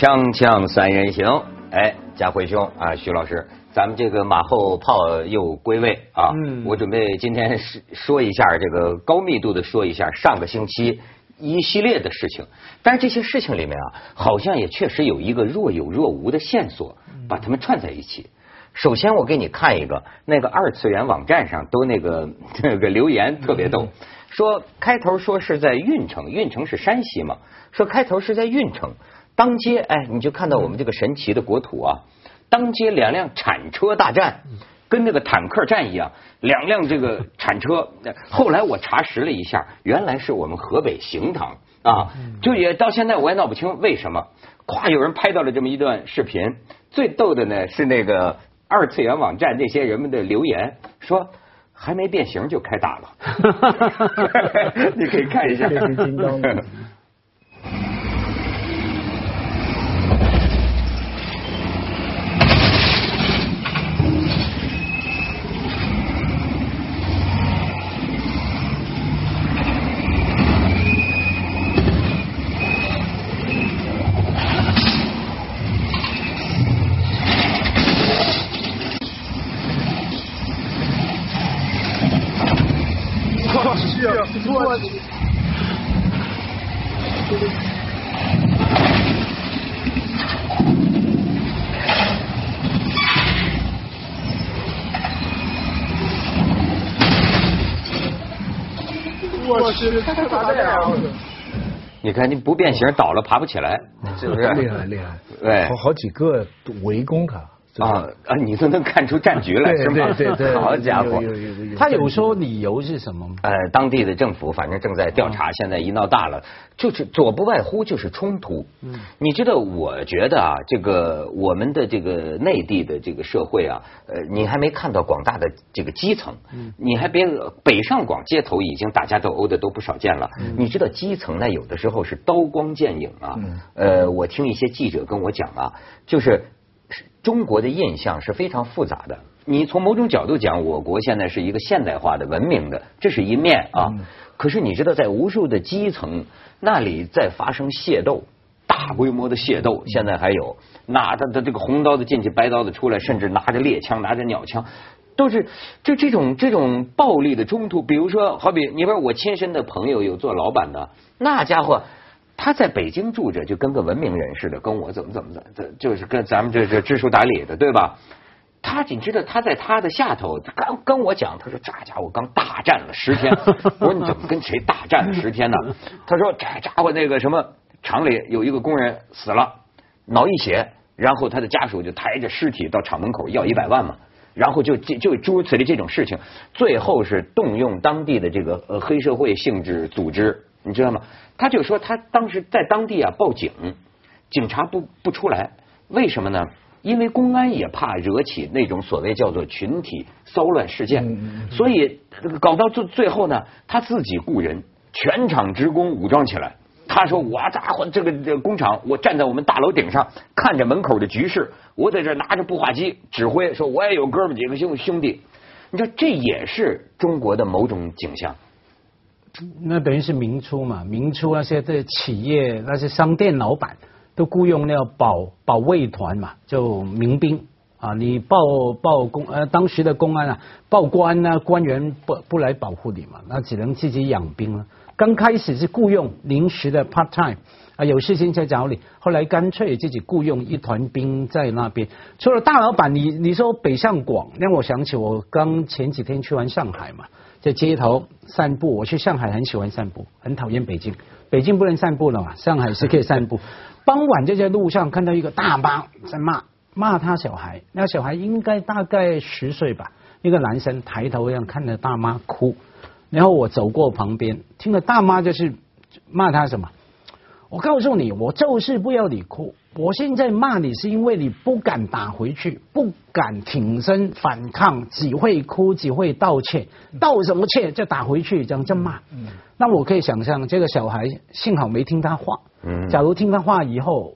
锵锵三人行，哎，家辉兄啊，徐老师，咱们这个马后炮又归位啊。我准备今天说一下这个高密度的说一下上个星期一系列的事情，但是这些事情里面啊，好像也确实有一个若有若无的线索，把它们串在一起。首先我给你看一个，那个二次元网站上都那个留言特别逗，说开头说是在运城，运城是山西嘛，说开头是在运城当街，哎，你就看到我们这个神奇的国土啊，当街两辆铲车大战，跟那个坦克战一样，两辆这个铲车。后来我查实了一下，原来是我们河北邢堂啊，就也到现在我也闹不清为什么。咵，有人拍到了这么一段视频，最逗的呢是那个二次元网站那些人们的留言，说还没变形就开打了，你可以看一下。 我去，太咋这样？ 你看，你不变形倒了爬不起来，是不是？ 厉害厉害， 对， 好几个围攻他。 你都能看出战局来，是吗？ 对， 好家伙！ 他有说理由是什么吗？ 当地的政府反正正在调查，现在一闹大了，就是左不外乎就是冲突。你知道，我觉得啊，这个我们的这个内地的这个社会啊，你还没看到广大的这个基层，你还别北上广街头已经大家斗殴的都不少见了。你知道基层呢，有的时候是刀光剑影啊。我听一些记者跟我讲啊，就是中国的印象是非常复杂的。你从某种角度讲，我国现在是一个现代化的文明的，这是一面啊。可是你知道，在无数的基层那里在发生械斗，大规模的械斗，现在还有拿着这个红刀子进去，白刀子出来，甚至拿着猎枪、拿着鸟枪，都是就这种暴力的冲突。比如说，好比你说我亲身的朋友有做老板的，那家伙。他在北京住着，就跟个文明人似的，跟我怎么的，就是跟咱们这知书达理的，对吧？你知道他在他的下头刚跟我讲，他说这家伙刚大战了10天。我说你怎么跟谁大战了10天呢？他说这家伙那个什么厂里有一个工人死了，脑溢血，然后他的家属就抬着尸体到厂门口要100万嘛，然后就诸如此类这种事情，最后是动用当地的这个黑社会性质组织。你知道吗？他就说他当时在当地啊报警，警察不出来，为什么呢？因为公安也怕惹起那种所谓叫做群体骚乱事件，所以搞到最后呢，他自己雇人，全场职工武装起来。他说我家伙这个工厂，我站在我们大楼顶上看着门口的局势，我在这拿着步话机指挥，说我也有哥们几个兄弟。你知道这也是中国的某种景象。 那等于是民初嘛，民初那些的企业、那些商店老板都雇佣那保卫团嘛，就民兵啊，你当时的公安啊，报官啊，官员不来保护你嘛，那只能自己养兵了。刚开始是雇佣临时的 part time 啊，有事情才找你，后来干脆自己雇佣一团兵在那边。除了大老板，你说北上广，让我想起我刚前几天去完上海嘛。在街头散步，我去上海很喜欢散步，很讨厌北京。北京不能散步了嘛，上海是可以散步。傍晚就在路上看到一个大妈在骂他小孩，那小孩应该大概10岁吧，一个男生抬头一样看着大妈哭，然后我走过旁边，听了大妈就是骂他什么，我告诉你，我就是不要你哭。我现在骂你是因为你不敢打回去，不敢挺身反抗，只会哭，只会道歉，道什么歉就打回去，这样骂。那我可以想象，这个小孩幸好没听他话。假如听他话以后，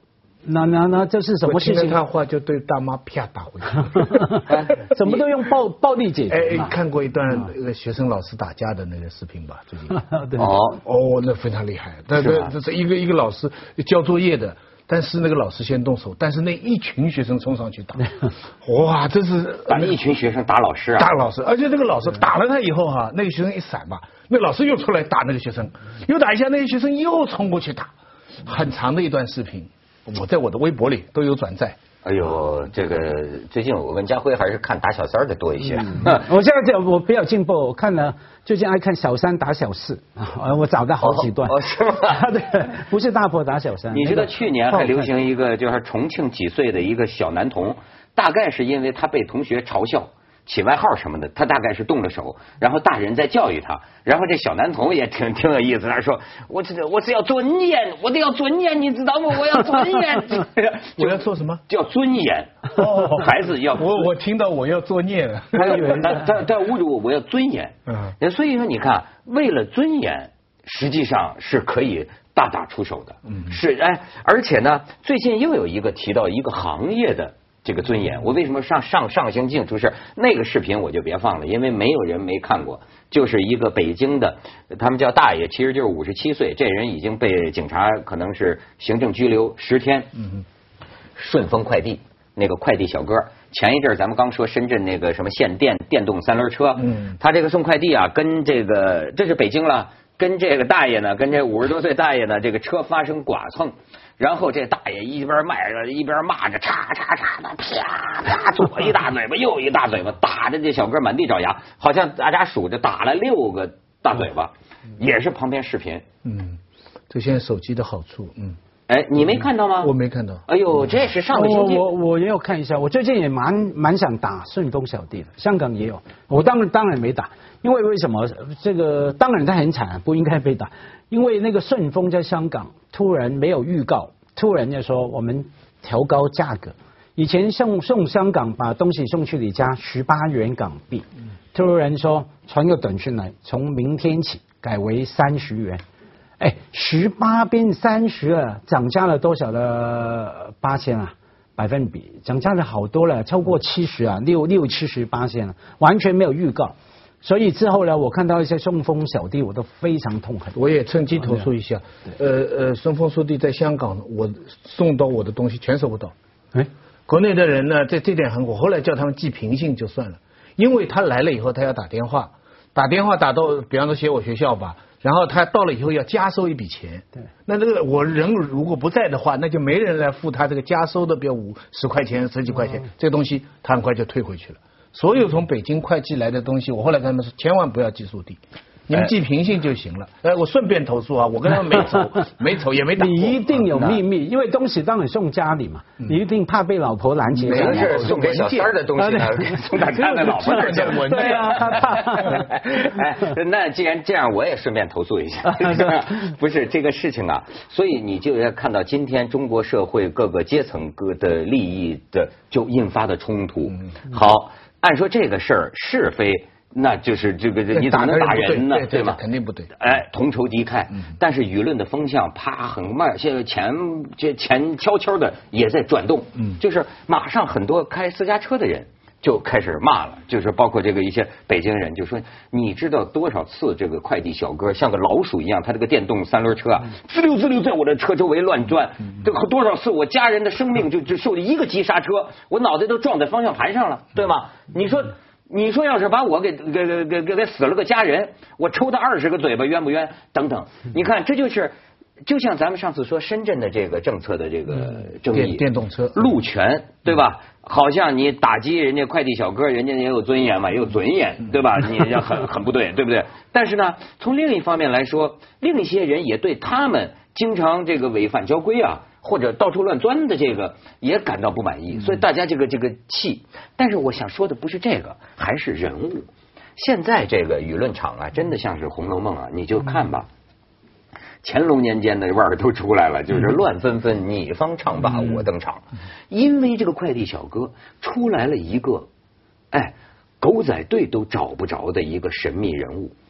那这是什么事情？ 我听了他话就对大妈啪打回去。 怎么都用暴力解决嘛？ 看过一段那个学生老师打架的那个视频吧？最近对那非常厉害。这是一个老师交作业的，但是那个老师先动手，但是那一群学生冲上去打，哇，这是把一群学生打老师啊！ 打老师，而且这个老师打了他以后哈，那个学生一闪吧，那老师又出来打那个学生，又打一下，那个学生又冲过去打，很长的一段视频，我在我的微博里都有转载。 哎呦，这个最近我跟家辉还是看打小三的多一些。 我现在我比较进步，我看了最近爱看小三打小四我找到好几段。 是吗？ 对，不是大婆打小三。 你知道去年还流行一个就是重庆几岁的一个小男童，大概是因为他被同学嘲笑起外号什么的，他大概是动了手，然后大人在教育他，然后这小男童也挺有意思，他说我是要尊严，我得要尊严，你知道吗？我要尊严。 我要做什么？ 叫尊严。孩子要我听到我要作孽了， 他侮辱我要尊严。所以说你看，为了尊严，实际上是可以大打出手的。是而且呢，最近又有一个提到一个行业的这个尊严，我为什么上个星期出事？那个视频我就别放了，因为没有人没看过。就是一个北京的，他们叫大爷，其实就是57岁，这人已经被警察可能是行政拘留10天。顺丰快递那个快递小哥，前一阵咱们刚说深圳那个什么限电动3轮车，他这个送快递啊，跟这是北京了，跟这个大爷呢，跟这50多岁大爷呢，这个车发生剐蹭。然后这大爷一边卖着一边骂着，嚓嚓嚓的，啪啪，左一大嘴巴，右一大嘴巴，打着这小哥满地找牙，好像大家数着打了6个大嘴巴，也是旁边视频。 这现在手机的好处。 你没看到吗？ 我没看到。 哎呦，这是上个星期。 我也有看一下，我最近也蛮想打顺丰小弟的，香港也有，我当然没打，因为什么？这个当然他很惨，不应该被打，因为那个顺丰在香港突然没有预告，突然就说我们调高价格，以前送香港把东西送去你家18元港币，突然说传个短信来，从明天起改为30元。18变30了，涨价了多少了？8000啊，百分比涨价了好多了，超过70啊，60-70%了，完全没有预告。所以之后呢，我看到一些顺丰小弟，我都非常痛恨。 我也趁机投诉一下，顺丰速递在香港，我送到我的东西全收不到。国内的人呢，这点很火，后来叫他们寄平信就算了，因为他来了以后，他要打电话打到，比方说写我学校吧。然后他到了以后要加收一笔钱，对，那这个我人如果不在的话，那就没人来付他这个加收的，比如10块钱、10几块钱，这个东西他很快就退回去了。所有从北京快寄来的东西，我后来跟他们说，千万不要寄速递，你们寄平信就行了。我顺便投诉啊，我跟他们没走也没打。 你一定有秘密，因为东西当然送家里嘛，你一定怕被老婆拦截。 没事，送给小三的东西呢，送大家的老婆那儿闻。 对啊，他怕。 那既然这样，我也顺便投诉一下。不是这个事情啊，所以你就要看到今天中国社会各个阶层的利益的就引发的冲突。好，按说这个事儿是非。那就是这个你怎么能打人呢？对吗？ 肯定不对。 同仇敌忾。但是舆论的风向啪很慢，现在钱悄悄的也在转动。就是马上很多开私家车的人就开始骂了，就是包括这个一些北京人就说，你知道多少次这个快递小哥像个老鼠一样，他这个电动3轮车啊，滋溜滋溜在我的车周围乱转，这多少次我家人的生命就受了一个急刹车，我脑袋都撞在方向盘上了，对吗？你说要是把我给死了个家人，我抽他20个嘴巴冤不冤？等等，你看这就像咱们上次说深圳的这个政策的这个争议， 电动车路权对吧？好像你打击人家快递小哥，人家也有尊严嘛，也有尊严对吧？你很不对，对不对？但是呢，从另一方面来说，另一些人也对他们经常这个违反交规啊，或者到处乱钻的这个也感到不满意，所以大家这个气。但是我想说的不是这个，还是人物。现在这个舆论场啊，真的像是《红楼梦》啊，你就看吧。乾隆年间的味儿都出来了，就是乱纷纷，你方唱罢我登场。因为这个快递小哥出来了一个，狗仔队都找不着的一个神秘人物，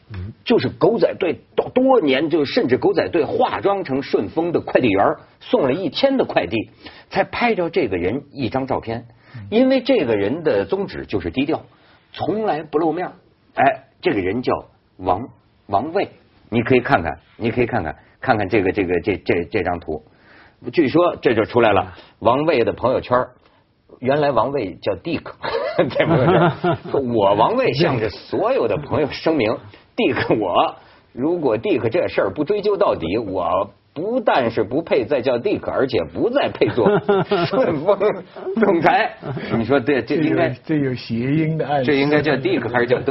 就是狗仔队多年，就甚至狗仔队化妆成顺丰的快递员，送了1天的快递，才拍着这个人一张照片。因为这个人的宗旨就是低调，从来不露面。哎，这个人叫王卫，你可以看看这张图。据说这就出来了，王卫的朋友圈。原来王卫叫 Dick， 在朋友圈说我王卫向着所有的朋友声明，Dick 我如果 Dick 这事儿不追究到底，我不但是不配再叫 Dick， 而且不再配做顺丰总裁。你说这应该这有谐音的暗示， 这应该叫 Dick 还是叫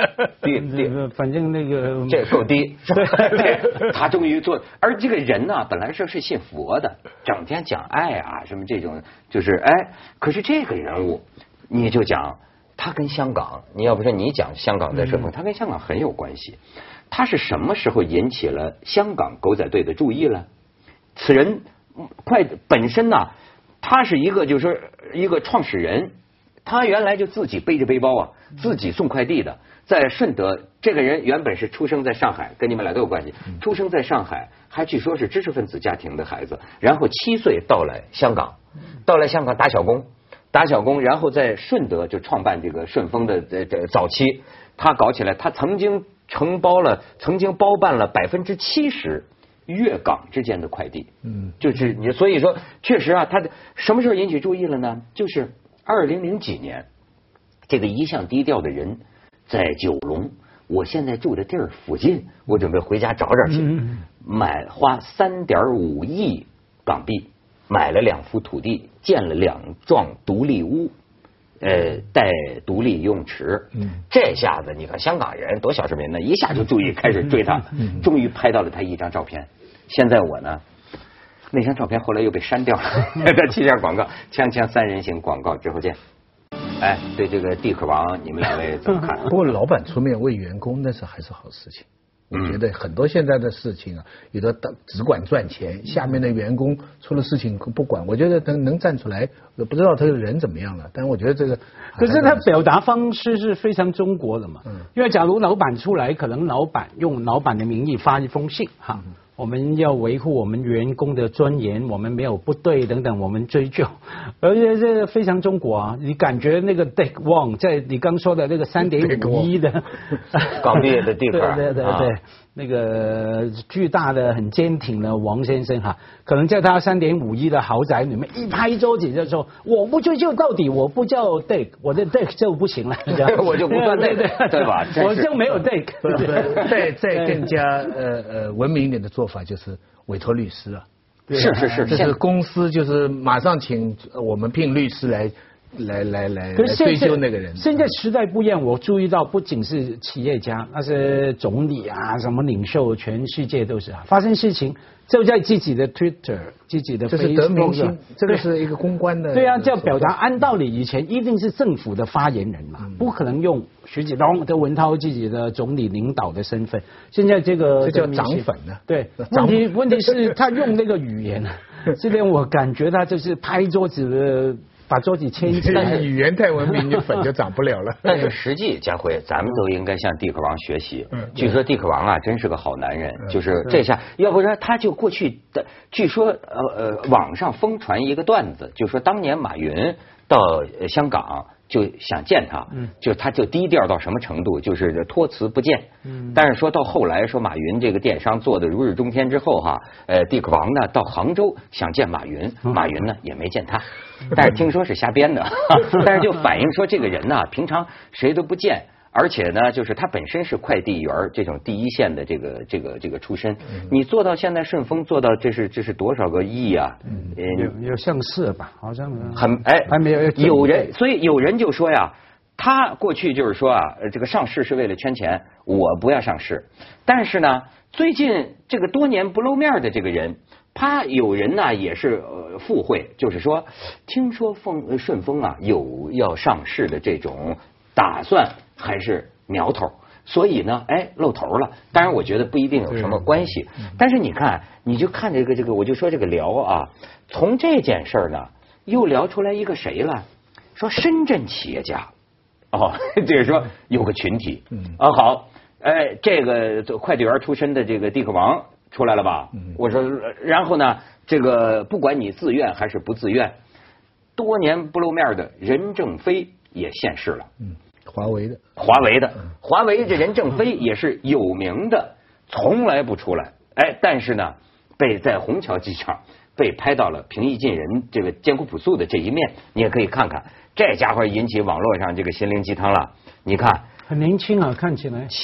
Duck？ 反正那个这够低。对，他终于做，而这个人呢，本来是信佛的，整天讲爱啊什么这种，就是可是这个人物，你就讲他跟香港，你要不说你讲香港在顺丰，他跟香港很有关系。他是什么时候引起了香港狗仔队的注意了？此人本身呢，他是一个就是说一个创始人，他原来就自己背着背包啊，自己送快递的，在顺德。这个人原本是出生在上海，跟你们俩都有关系，出生在上海，还据说是知识分子家庭的孩子，然后7岁到了香港打小工，然后在顺德就创办这个顺丰的早期，他搞起来，他曾经包办了70%粤港之间的快递。就是你所以说确实啊，他什么时候引起注意了呢？就是2000几年，这个一向低调的人在九龙，我现在住的地儿附近，我准备回家找找去，花3.5亿港币买了2幅土地，建了2幢独立屋。带独立游泳池，这下子你看香港人多小市民呢，一下就注意开始追他，终于拍到了他一张照片。现在我呢，那张照片后来又被删掉了，再接下广告，锵锵3人行广告之后见。对这个Dick王，你们2位怎么看？ 不过老板出面为员工，那是还是好事情。我觉得很多现在的事情啊，有的只管赚钱，下面的员工出了事情不管。我觉得能站出来，我不知道他的人怎么样了，但我觉得这个。 可是他表达方式是非常中国的嘛，因为假如老板出来，可能老板用老板的名义发一封信哈。我们要维护我们员工的尊严，我们没有不对等等，我们追究，而且这非常中国啊！你感觉那个 Dick Wong 在你刚说的那个3.5亿的港币的地方， 对，那个巨大的很坚挺的王先生哈，可能在他3.5亿的豪宅里面一拍桌子就说：“我不追究到底，我不叫 Dick， 我的 Dick 就不行了， 我就不算 Dick， 对吧？ 我就没有 Dick。” 再更加文明一点的做法就是委托律师啊。 是， 就是公司就是马上请我们聘律师来追究那个人。 现在时代不一样，我注意到不仅是企业家，那是总理啊，什么领袖，全世界都是啊，发生事情就在自己的 Twitter、自己的 Facebook， 这是得民心，这个是一个公关的。 对啊，这样表达。按道理以前一定是政府的发言人嘛，不可能用徐子东、德文涛自己的总理领导的身份。现在这叫涨粉呢。 对，问题是他用那个语言，这边我感觉他就是拍桌子的。把桌子牵起来， 语言太文明，你粉就长不了了。 但是实际，家辉，咱们都应该向Dick王学习。据说Dick王啊，真是个好男人，就是这下，要不然他就过去的，据说网上疯传一个段子，就说当年马云到香港就想见他，他就低调到什么程度，就是托辞不见。但是说到后来，说马云这个电商做的如日中天之后哈，Dick王呢到杭州想见马云，马云呢也没见他，但是听说是瞎编的，但是就反映说这个人呢，平常谁都不见。而且呢，就是他本身是快递员这种第一线的这个出身，你做到现在顺丰做到这是多少个亿啊？ 有上市吧？好像还没有人，所以有人就说呀，他过去就是说啊，这个上市是为了圈钱，我不要上市。但是呢，最近这个多年不露面的这个人，他有人呢也是附会，就是说，听说顺丰啊有要上市的这种打算。还是苗头，所以呢，露头了。当然，我觉得不一定有什么关系。但是你看，你就看这个，我就说这个聊啊，从这件事儿呢，又聊出来一个谁了？说深圳企业家，就是说有个群体好， 哎，这个快递员出身的这个蒂克王出来了吧？我说，然后呢，这个不管你自愿还是不自愿，多年不露面的任正非也现世了。 华为的， 华为这任正非也是有名的，从来不出来。哎，但是呢，被在虹桥机场被拍到了平易近人、这个艰苦朴素的这一面，你也可以看看。这家伙引起网络上这个心灵鸡汤了。你看， 很年轻啊，看起来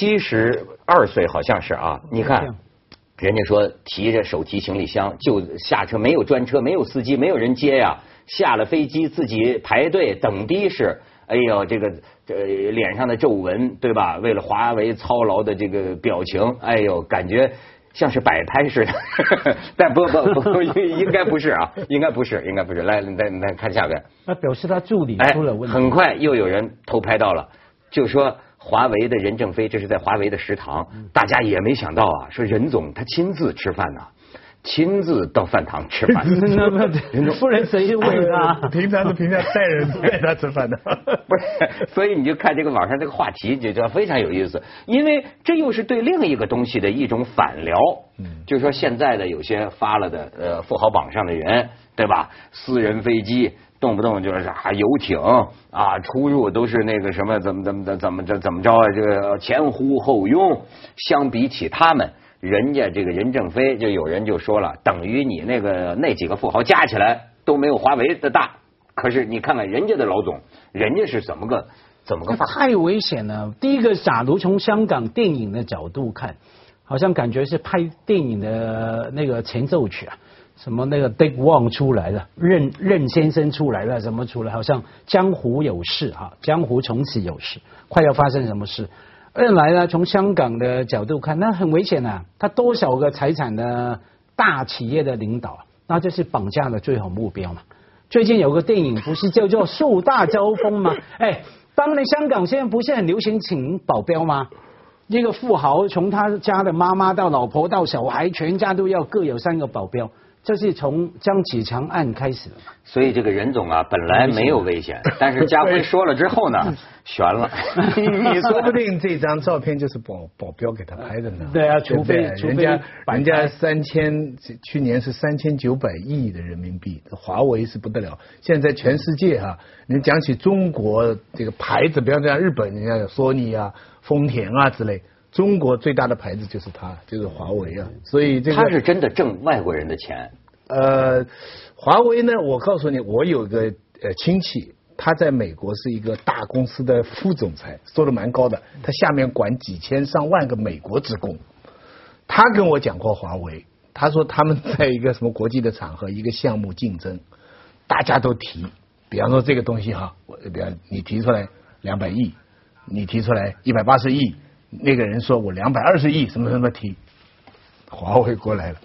72岁好像是啊。你看，人家说手提行李箱就下车，没有专车，没有司机，没有人接呀。下了飞机自己排队等的士。哎呦，这个脸上的皱纹，对吧？为了华为操劳的这个表情，哎呦，感觉像是摆拍似的。但不，应该不是啊，应该不是。来看下边。 那表示他助理出了问题。 很快又有人偷拍到了，就说华为的任正非，这是在华为的食堂，大家也没想到啊，说任总他亲自吃饭呢。亲自到饭堂吃饭， 那夫人谁喂他？ 平常带人带他吃饭的， 不是？所以你就看这个网上这个话题，就非常有意思，因为这又是对另一个东西的一种反聊。就是说现在的有些发了的富豪榜上的人，对吧？私人飞机动不动就是游艇啊，出入都是那个什么怎么着啊，这个前呼后拥。相比起他们。人家这个任正非就有人就说了，等于你那几个富豪加起来都没有华为的大。可是你看看人家的老总，人家是怎么个法？ 太危险了。第一个，假如从香港电影的角度看，好像感觉是拍电影的那个前奏曲啊，什么那个 Dick Wong 出来了，任先生出来了，什么出来？好像江湖有事哈，江湖从此有事，快要发生什么事？二来呢，从香港的角度看，那很危险啊！他多少个财产的大企业的领导，那就是绑架的最好目标嘛。最近有个电影不是叫做《树大招风》吗？哎，当年香港现在不是很流行请保镖吗？一个富豪从他家的妈妈到老婆到小孩，全家都要各有3个保镖。这是从江启强案开始的， 所以这个任总啊，本来没有危险，但是家辉说了之后呢，悬了。 你说不定这张照片就是保镖给他拍的呢。 对啊，除非人家去年是3900亿的人民币，华为是不得了。现在全世界哈，你讲起中国这个牌子，比方讲日本，人家有索尼啊、丰田啊之类。中国最大的牌子就是它，就是华为啊，所以这个他是真的挣外国人的钱。 华为呢，我告诉你，我有个亲戚，他在美国是一个大公司的副总裁，做得蛮高的，他下面管几千上万个美国职工。他跟我讲过华为，他说他们在一个什么国际的场合，一个项目竞争，大家都提，比方说这个东西哈，比方你提出来200亿，你提出来180亿。那个人说我220亿什么提，华为过来了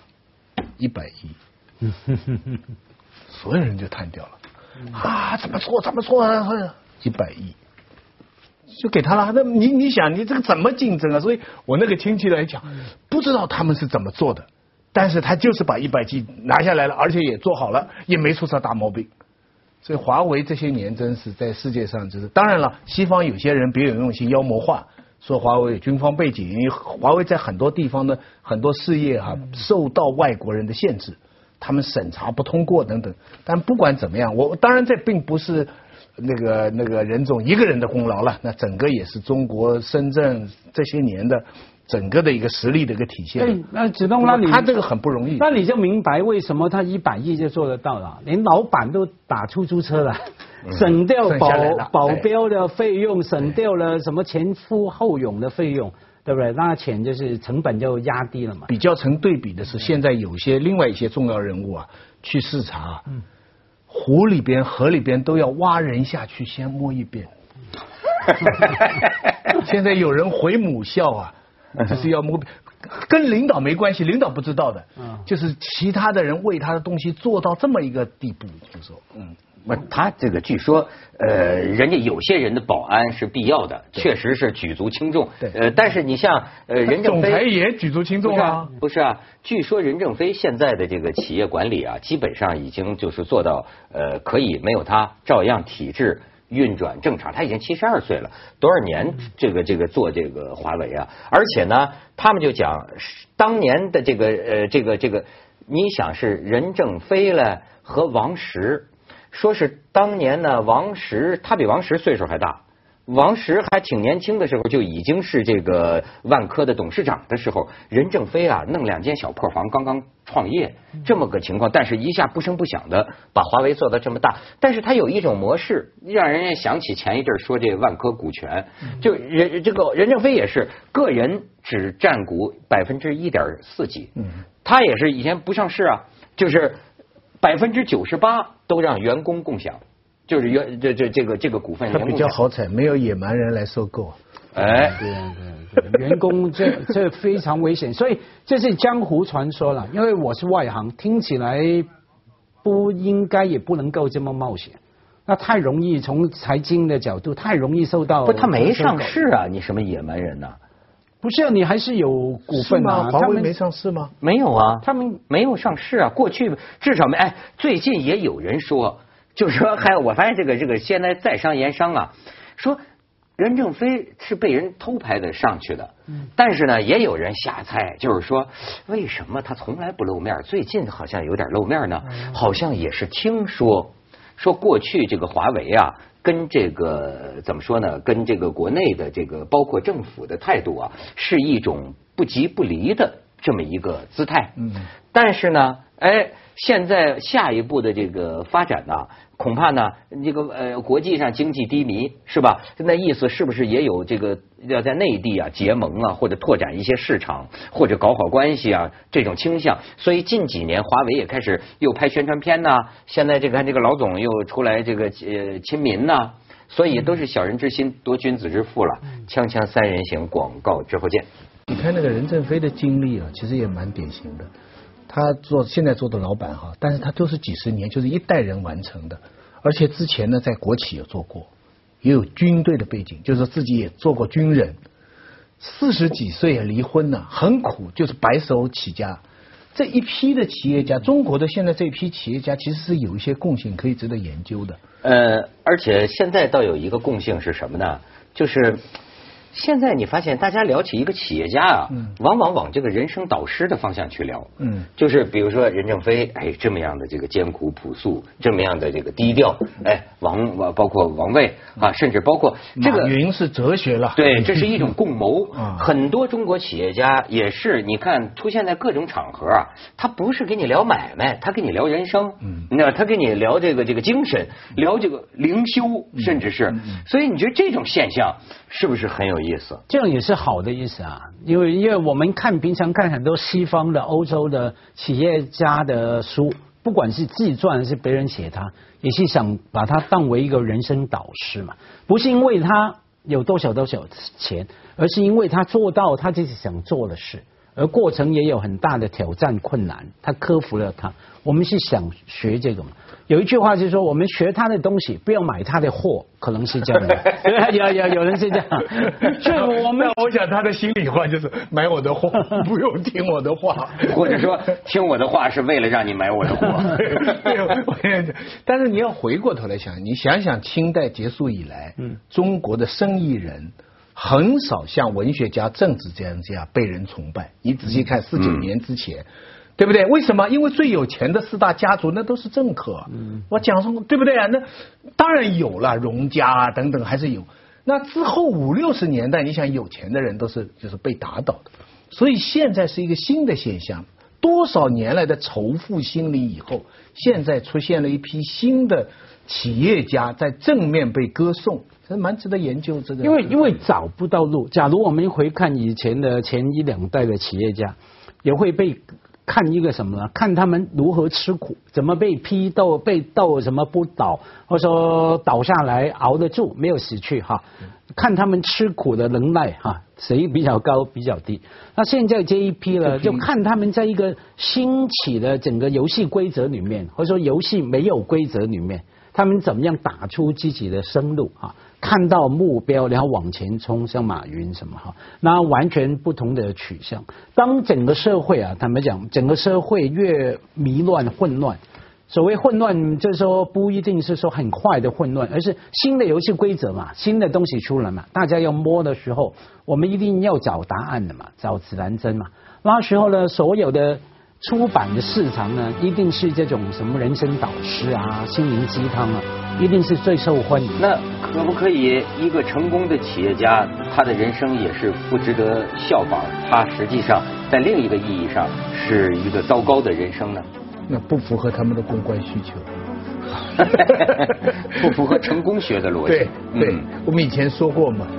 100亿，所有人就瘫掉了啊！怎么错100亿就给他了。那你想你这个怎么竞争啊？所以我那个亲戚来讲，不知道他们是怎么做的，但是他就是把100亿拿下来了，而且也做好了，也没出啥大毛病。所以华为这些年真是在世界上就是，当然了，西方有些人别有用心妖魔化。说华为有军方背景，因为华为在很多地方的很多事业受到外国人的限制，他们审查不通过等等。但不管怎么样，当然这并不是那个任总一个人的功劳了，那整个也是中国深圳这些年的整个的一个实力的一个体现。 对，那子东，那你他这个很不容易， 那你就明白为什么他100亿就做得到了，连老板都打出租车了。省掉保镖的费用，省掉了什么前呼后拥的费用，对不对？那钱就是成本就压低了嘛。 比较成对比的是，现在有另外一些重要人物啊，去视察，湖里边、河里边都要挖人下去先摸一遍。现在有人回母校啊，就是要摸，跟领导没关系，领导不知道的，就是其他的人为他的东西做到这么一个地步，就说他这个据说，人家有些人的保安是必要的，确实是举足轻重。但是你像任正非总裁也举足轻重啊， 不是啊？据说任正非现在的这个企业管理啊，基本上已经就是做到可以没有他照样体制运转正常，他已经72岁了，多少年这个做这个华为啊？而且呢，他们就讲当年的这个，你想是任正非了和王石，说是当年呢，王石他比王石岁数还大。王石还挺年轻的时候就已经是这个万科的董事长的时候，任正非啊弄2间小破房，刚刚创业这么个情况，但是一下不声不响的把华为做到这么大。但是他有一种模式，让人家想起前一阵说这万科股权，就这个任正非也是个人只占股1.4%几，他也是以前不上市啊，就是98%都让员工共享。就是这个股份， 他比较好彩，没有野蛮人来收购。 哎，对，员工这非常危险，所以这是江湖传说了。因为我是外行，听起来不应该也不能够这么冒险。那太容易从财经的角度，太容易受到。 不，他没上市啊，你什么野蛮人呐？ 不是啊，你还是有股份啊。 华为没上市吗？ 没有啊， 他们没有上市啊。过去至少没。哎，最近也有人说。就是说，还有我发现这个现在在商言商啊，说任正非是被人偷拍的上去的，但是呢，也有人瞎猜，就是说为什么他从来不露面，最近好像有点露面呢？好像也是听说过去这个华为啊，跟这个怎么说呢？跟这个国内的这个包括政府的态度啊，是一种不即不离的这么一个姿态。但是呢，哎，现在下一步的这个发展呢？恐怕呢，这个国际上经济低迷是吧？那意思是不是也有这个要在内地啊结盟啊，或者拓展一些市场，或者搞好关系啊这种倾向？所以近几年华为也开始又拍宣传片呐，现在看这个老总又出来这个亲民呐，所以都是小人之心夺君子之腹了。锵锵三人行，广告之后见。 你看那个任正非的经历啊，其实也蛮典型的。他现在做的老板哈，但是他都是几十年，就是一代人完成的。而且之前呢，在国企有做过，也有军队的背景，就是自己也做过军人。40几岁也离婚了，很苦，就是白手起家。这一批的企业家，中国的现在这一批企业家，其实是有一些共性可以值得研究的。 而且现在倒有一个共性是什么呢？就是现在你发现大家聊起一个企业家啊，往往往这个人生导师的方向去聊。就是比如说任正非，哎，这么样的这个艰苦朴素，这么样的这个低调，哎，包括王卫啊，甚至包括这个马云是哲学了。 对，这是一种共谋。很多中国企业家也是，你看出现在各种场合啊，他不是跟你聊买卖，他跟你聊人生，那他跟你聊这个精神，聊这个灵修，甚至是，所以你觉得这种现象是不是很有意思？ 这样也是好的意思啊，因为我们平常看很多西方的、欧洲的企业家的书，不管是自传还是别人写他，也是想把他当为一个人生导师嘛，不是因为他有多少钱，而是因为他做到他自己想做的事，而过程也有很大的挑战困难，他克服了它。我们是想学这个嘛。有一句话是说，我们学他的东西，不要买他的货，可能是这样的。有人是这样。所以我想他的心里话就是买我的货，不用听我的话， 或者说听我的话是为了让你买我的货。 但是你要回过头来想，你想想清代结束以来，中国的生意人很少像文学家、政治家被人崇拜。你仔细看49年之前。对不对？为什么？因为最有钱的4大家族那都是政客。我讲什么？对不对啊？那当然有了，荣家啊等等还是有。那之后50、60年代，你想有钱的人都是就是被打倒的。所以现在是一个新的现象，多少年来的仇富心理以后，现在出现了一批新的企业家在正面被歌颂，这蛮值得研究。这个因为找不到路。假如我们回看以前的前1、2代的企业家，也会被看一个什么呢？看他们如何吃苦，怎么被批斗，被斗什么不倒，或者说倒下来熬得住，没有死去哈。看他们吃苦的能耐哈，谁比较高比较低。那现在这一批呢，就看他们在一个兴起的整个游戏规则里面，或者说游戏没有规则里面，他们怎么样打出自己的生路啊？看到目标，然后往前冲，像马云什么哈，那完全不同的取向。当整个社会啊，坦白讲，整个社会越迷乱混乱， 所谓混乱，就是说不一定是说很快的混乱，而是新的游戏规则嘛，新的东西出来嘛，大家要摸的时候，我们一定要找答案的嘛，找指南针嘛。那时候呢，所有的出版的市场呢，一定是这种什么人生导师啊、心灵鸡汤啊，一定是最受欢迎。 那可不可以一个成功的企业家，他的人生也是不值得效仿？他实际上在另一个意义上是一个糟糕的人生呢？ 那不符合他们的公关需求。 不符合成功学的逻辑。 对，我们以前说过嘛，